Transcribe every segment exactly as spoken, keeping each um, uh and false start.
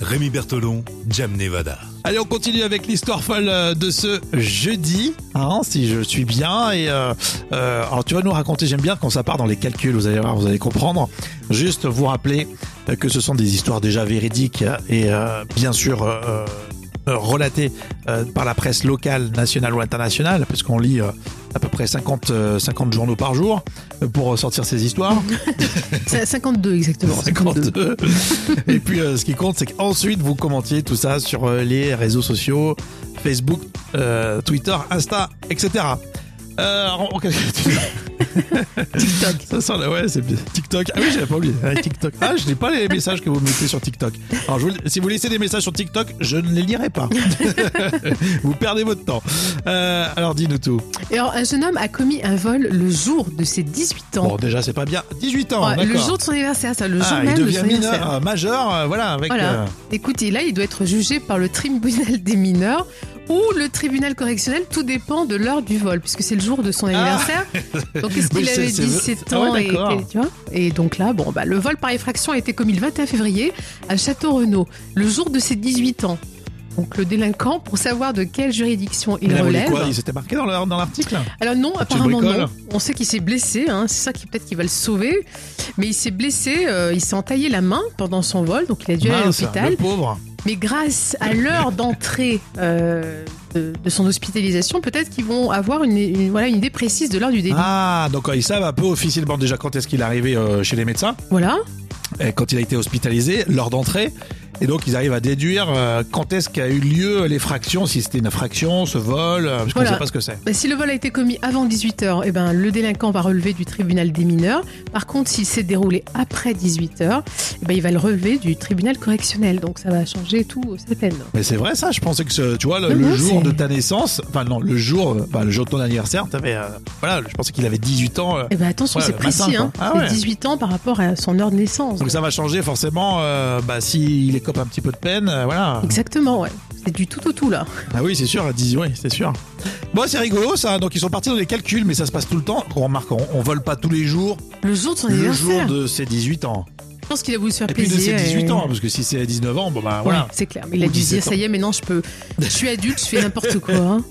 Rémi Bertolon, Jam Nevada. Allez, on continue avec l'histoire folle de ce jeudi, hein, si je suis bien. Et euh, euh, alors tu vas nous raconter, j'aime bien quand ça part dans les calculs, vous allez voir, vous allez comprendre. Juste vous rappeler que ce sont des histoires déjà véridiques et euh, bien sûr euh, euh, relatées euh, par la presse locale, nationale ou internationale, parce qu'on lit euh, à peu près cinquante, euh, cinquante journaux par jour pour sortir ces histoires. C'est cinquante-deux exactement. cinquante-deux. Et puis euh, ce qui compte, c'est qu'ensuite vous commentiez tout ça sur euh, les réseaux sociaux, Facebook, euh, Twitter, Insta, et cetera. Euh, alors, okay. TikTok. Ça sent là, ouais, c'est bien. TikTok. Ah oui, j'avais pas oublié. Ouais, TikTok. Ah, je n'ai pas les messages que vous mettez sur TikTok. Alors, je vous, si vous laissez des messages sur TikTok, je ne les lirai pas. Vous perdez votre temps. Euh, alors, dis-nous tout. Et alors, un jeune homme a commis un vol le jour de ses dix-huit ans. Bon, déjà, c'est pas bien. dix-huit ans, Ouais, d'accord. le jour de son anniversaire, ça, le jour Ah, même il de devient son mineur, anniversaire. euh, majeur, euh, voilà, avec. Voilà. euh, Écoutez, là, il doit être jugé par le tribunal des mineurs ou le tribunal correctionnel, tout dépend de l'heure du vol, puisque c'est le jour de son anniversaire. Donc, est-ce qu'il Oui, c'est- avait c'est- dix-sept Ah ouais, ans et, d'accord. tu vois et donc là, bon, bah, le vol par effraction a été commis le vingt et un février à Château-Renaud, le jour de ses dix-huit ans. Donc, le délinquant, pour savoir de quelle juridiction il il a volé relève. quoi? Il s'était marqué dans le- dans l'article? Alors non, apparemment bricole. non. On sait qu'il s'est blessé, hein. C'est ça qui peut-être qui va le sauver. Mais il s'est blessé, euh, il s'est entaillé la main pendant son vol, donc il a dû aller à Mince, l'hôpital. le pauvre. Mais grâce à l'heure d'entrée euh, de, de son hospitalisation, peut-être qu'ils vont avoir une, une- voilà, une idée précise de l'heure du délit. Ah, donc euh, ils savent un peu officiellement déjà quand est-ce qu'il est arrivé euh, chez les médecins, Voilà. et quand il a été hospitalisé, l'heure d'entrée, et donc ils arrivent à déduire euh, quand est-ce qu'a eu lieu l'effraction, si c'était une infraction, ce vol, euh, parce qu'on ne Voilà. sait pas ce que c'est. Bah, si le vol a été commis avant dix-huit heures, eh ben, le délinquant va relever du tribunal des mineurs. Par contre, s'il s'est déroulé après dix-huit heures, eh ben, il va le relever du tribunal correctionnel. Donc ça va changer tout sa peine. Mais c'est vrai ça, je pensais que ce- tu vois le, Non, le non, jour c'est- de ta naissance, enfin non, le jour, euh, bah, le jour de ton anniversaire, t'avais, euh, voilà, je pensais qu'il avait dix-huit ans. euh, Eh ben, attention, Ouais, c'est le précis. matin, Hein. quoi. Ah C'est ouais. dix-huit ans par rapport à son heure de naissance. donc ça va changer forcément, euh, bah, s'il écope un petit peu de peine, euh, voilà. Exactement, ouais. C'est du tout au tout là. Ah oui, c'est sûr, à dix, oui, c'est sûr. Bon, c'est rigolo ça. Donc ils sont partis dans les calculs, mais ça se passe tout le temps. On remarque, on, on vole pas tous les jours. Le jour de son Le anniversaire. jour de ses dix-huit ans. Je pense qu'il a voulu se faire Et puis de plaisir. ses dix-huit et- ans, parce que si c'est à dix-neuf ans, bon bah Ouais, voilà. c'est clair. Mais il a Ou dû se dire, dix-sept ça y est, maintenant je peux. Je suis adulte, je fais n'importe quoi. hein.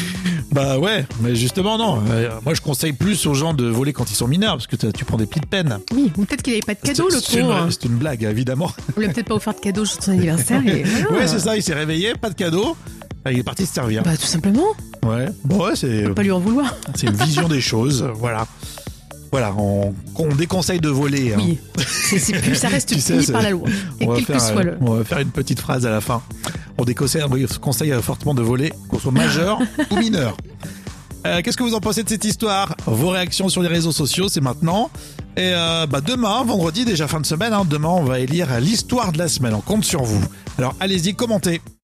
Bah ouais, mais justement non. Euh, moi je conseille plus aux gens de voler quand ils sont mineurs, parce que t'as- tu prends des petites peines. Oui, ou peut-être qu'il n'avait pas de cadeau, le C'est une, pauvre. c'est une blague, évidemment. On lui a peut-être pas offert de cadeau sur son anniversaire. Et voilà. Ouais, c'est ça, il s'est réveillé, pas de cadeau. Il est parti se servir. Bah, tout simplement. Ouais, bon ouais, c'est, Faut pas lui en vouloir. c'est une vision des choses, voilà. Voilà, on, on déconseille de voler. hein. Oui. C'est, c'est plus, ça reste Tu sais, puni c'est- par la loi. Et On va, quel que faire, soit euh, le. on va faire une petite phrase à la fin. On déconseille, on conseille fortement de voler, qu'on soit majeur ou mineur. Euh, qu'est-ce que vous en pensez de cette histoire? Vos réactions sur les réseaux sociaux, c'est maintenant. Et euh, bah demain, vendredi, déjà fin de semaine, hein, demain on va élire l'histoire de la semaine. On compte sur vous. Alors allez-y, commentez.